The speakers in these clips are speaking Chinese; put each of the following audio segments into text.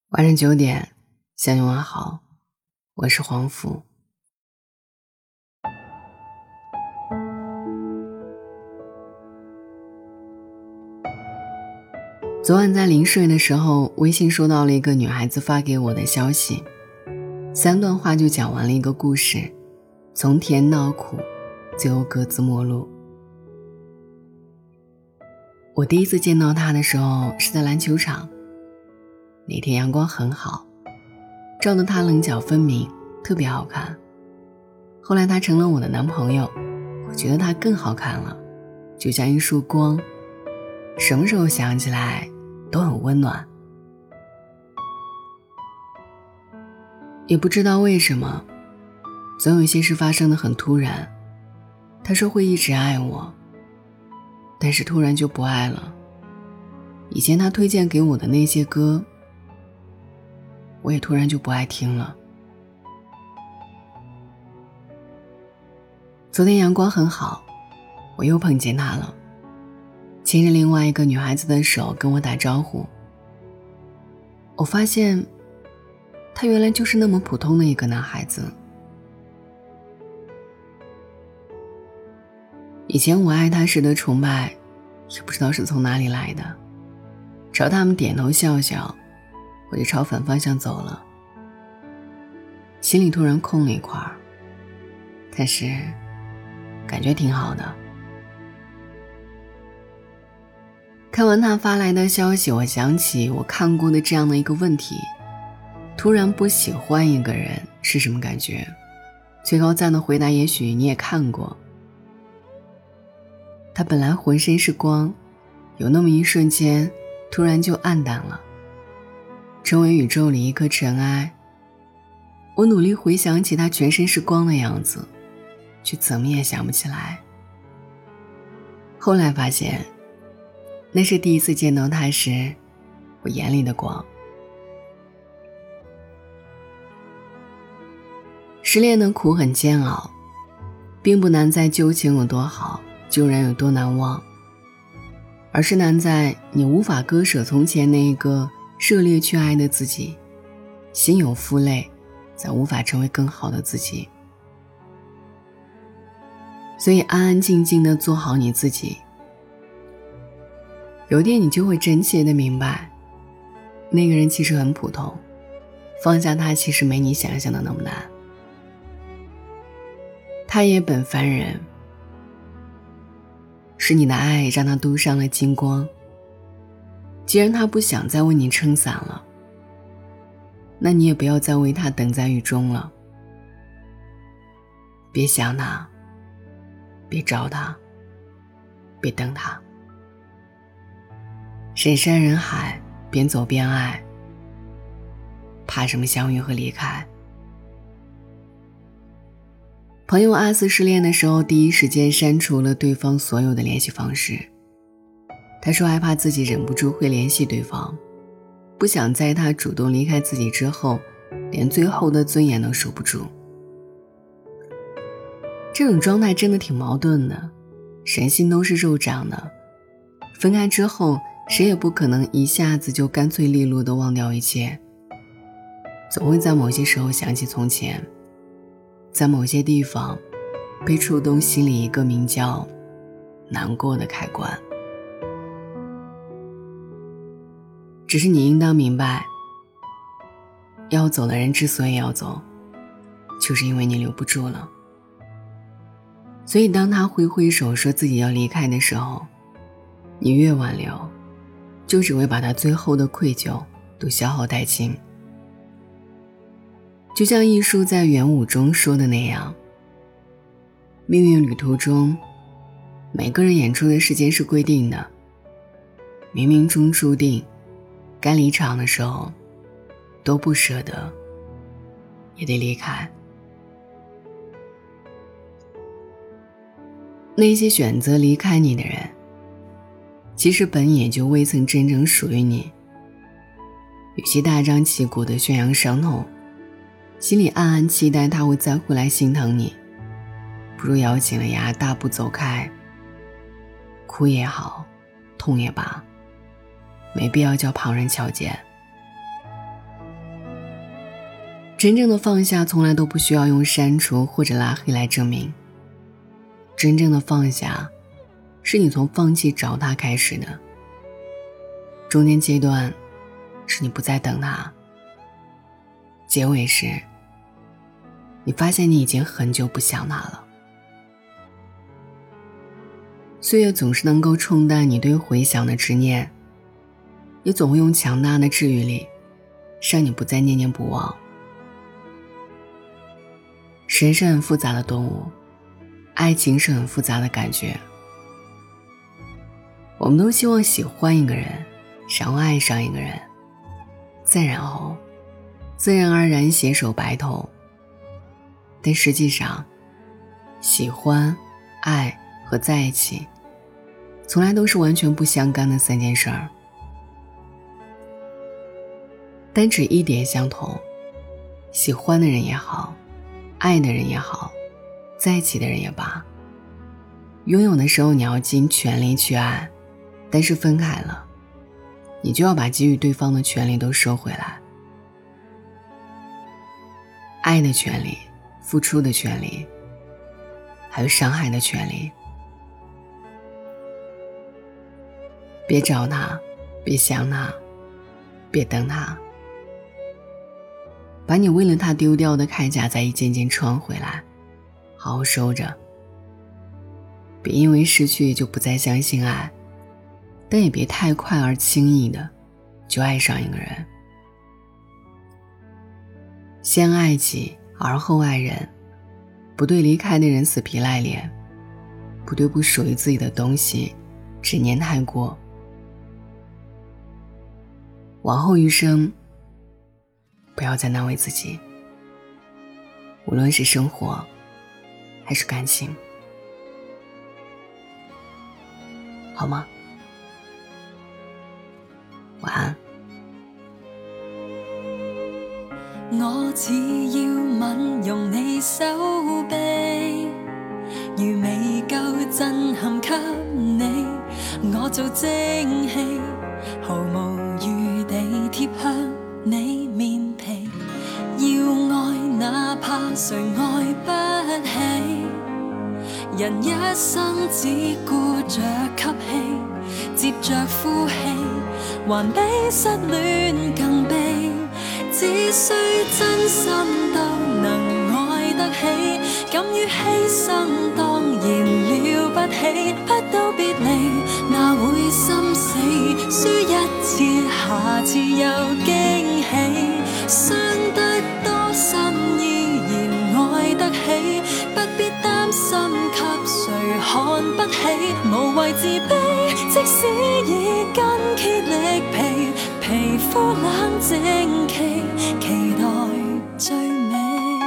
晚上9点，向你问好，我是黄甫。昨晚在临睡的时候，微信收到了一个女孩子发给我的消息，3段话就讲完了一个故事，从甜到苦，最后各自陌路。我第一次见到她的时候是在篮球场，那天阳光很好，照得她棱角分明，特别好看。后来她成了我的男朋友，我觉得她更好看了，就像一束光，什么时候想起来都很温暖。也不知道为什么，总有一些事发生得很突然。他说会一直爱我，但是突然就不爱了。以前他推荐给我的那些歌，我也突然就不爱听了。昨天阳光很好，我又碰见他了，牵着另外一个女孩子的手跟我打招呼。我发现他原来就是那么普通的一个男孩子。以前我爱他时的崇拜也不知道是从哪里来的，朝他们点头笑笑，我就朝反方向走了，心里突然空了一块，但是感觉挺好的。看完他发来的消息，我想起我看过的这样的一个问题，突然不喜欢一个人是什么感觉？最高赞的回答也许你也看过。他本来浑身是光，有那么一瞬间突然就暗淡了，成为宇宙里一颗尘埃。我努力回想起他全身是光的样子，却怎么也想不起来。后来发现那是第一次见到他时我眼里的光。失恋的苦很煎熬，并不难在旧情有多好，旧人有多难忘，而是难在你无法割舍从前那一个热烈去爱的自己，心有负累，才无法成为更好的自己。所以安安静静地做好你自己，有点你就会真切地明白，那个人其实很普通，放下他其实没你想象的那么难。他也本凡人，是你的爱让他镀上了金光。既然他不想再为你撑伞了，那你也不要再为他等在雨中了。别想他，别找他，别等他。人山人海，边走边爱，怕什么相遇和离开？朋友阿四失恋的时候，第一时间删除了对方所有的联系方式。他说害怕自己忍不住会联系对方，不想在他主动离开自己之后，连最后的尊严都守不住。这种状态真的挺矛盾的，人心都是肉长的，分开之后谁也不可能一下子就干脆利落地忘掉一切，总会在某些时候想起从前，在某些地方被触动心里一个名叫难过的开关。只是你应当明白，要走的人之所以要走，就是因为你留不住了。所以当他挥挥手说自己要离开的时候，你越挽留，就只会把他最后的愧疚都消耗殆尽。就像艺术在元舞中说的那样，命运旅途中每个人演出的时间是规定的，冥冥中注定该离场的时候都不舍得也得离开。那些选择离开你的人，其实本也就未曾真正属于你。与其大张旗鼓地宣扬伤痛，心里暗暗期待他会再回来心疼你，不如咬紧了牙大步走开。哭也好，痛也罢，没必要叫旁人瞧见。 真正的放下从来都不需要用删除或者拉黑来证明，真正的放下是你从放弃找他开始的，中间阶段是你不再等他，结尾是你发现你已经很久不想他了。岁月总是能够冲淡你对回想的执念，也总会用强大的治愈力让你不再念念不忘。人是很复杂的动物，爱情是很复杂的感觉。我们都希望喜欢一个人，然后爱上一个人，再然后自然而然携手白头。但实际上，喜欢、爱和在一起从来都是完全不相干的三件事儿。但只一点相同，喜欢的人也好，爱的人也好，在一起的人也罢，拥有的时候你要尽全力去爱，但是分开了，你就要把给予对方的权利都收回来。爱的权利，付出的权利，还有伤害的权利。别找他，别想他，别等他，把你为了他丢掉的铠甲再一件件穿回来，好好收着。别因为失去就不再相信爱，但也别太快而轻易的就爱上一个人。先爱己而后爱人，不对离开的人死皮赖脸，不对不属于自己的东西执念太过。往后余生，不要再难为自己，无论是生活还是感情，好吗？晚安。 我只要吻用你手臂，如未够震撼给你，我做蒸汽，毫無餘地貼向你面皮。要愛哪怕誰愛不起，人一生只顧着吸氣，接着呼氣，還比失戀更悲。只需真心都能愛得起，敢於犧牲當然了不起，不到別離哪會心死，輸一次下次有驚喜，傷得多深依然愛得起，不必擔心給誰看不起，無謂自卑，即使已筋竭力疲，皮膚冷靜期，期待最美。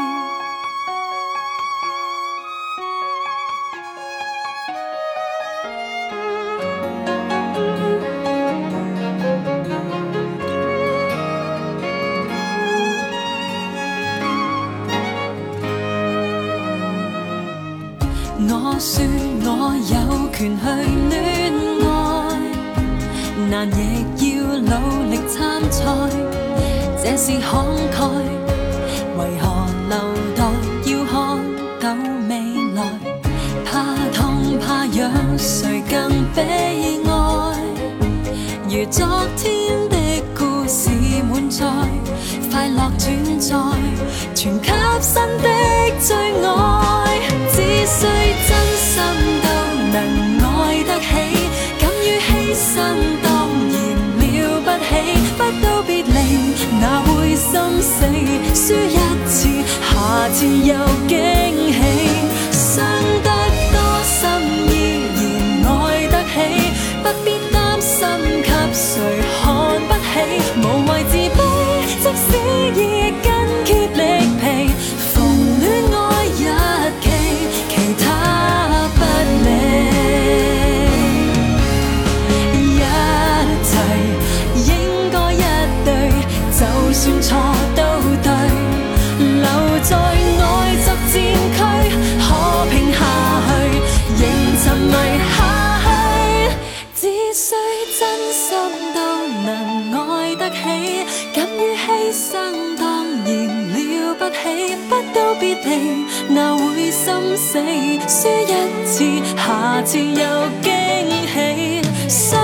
我說我有權去戀愛，難亦要努力參賽，這是慷慨，為何留待要看到未來，怕痛怕癢誰更悲哀，如昨天的故事滿載，快樂轉載，傳給新的最愛，只需真心都能愛得起，敢於犧牲當然了不起，不到別離哪會心死，輸一次下次有驚喜，傷得多深依然愛得起，不必擔心給誰看不起，無謂自卑，即使已筋竭力疲，逢戀愛一期，其他不理，一齊應該一對，就算錯都對，留在愛逐漸區，可拼下去，仍沉迷下去，只需真心都能愛得起，敢於犧牲當然然了不起，不到别离，哪會心死？輸一次，下次有驚喜。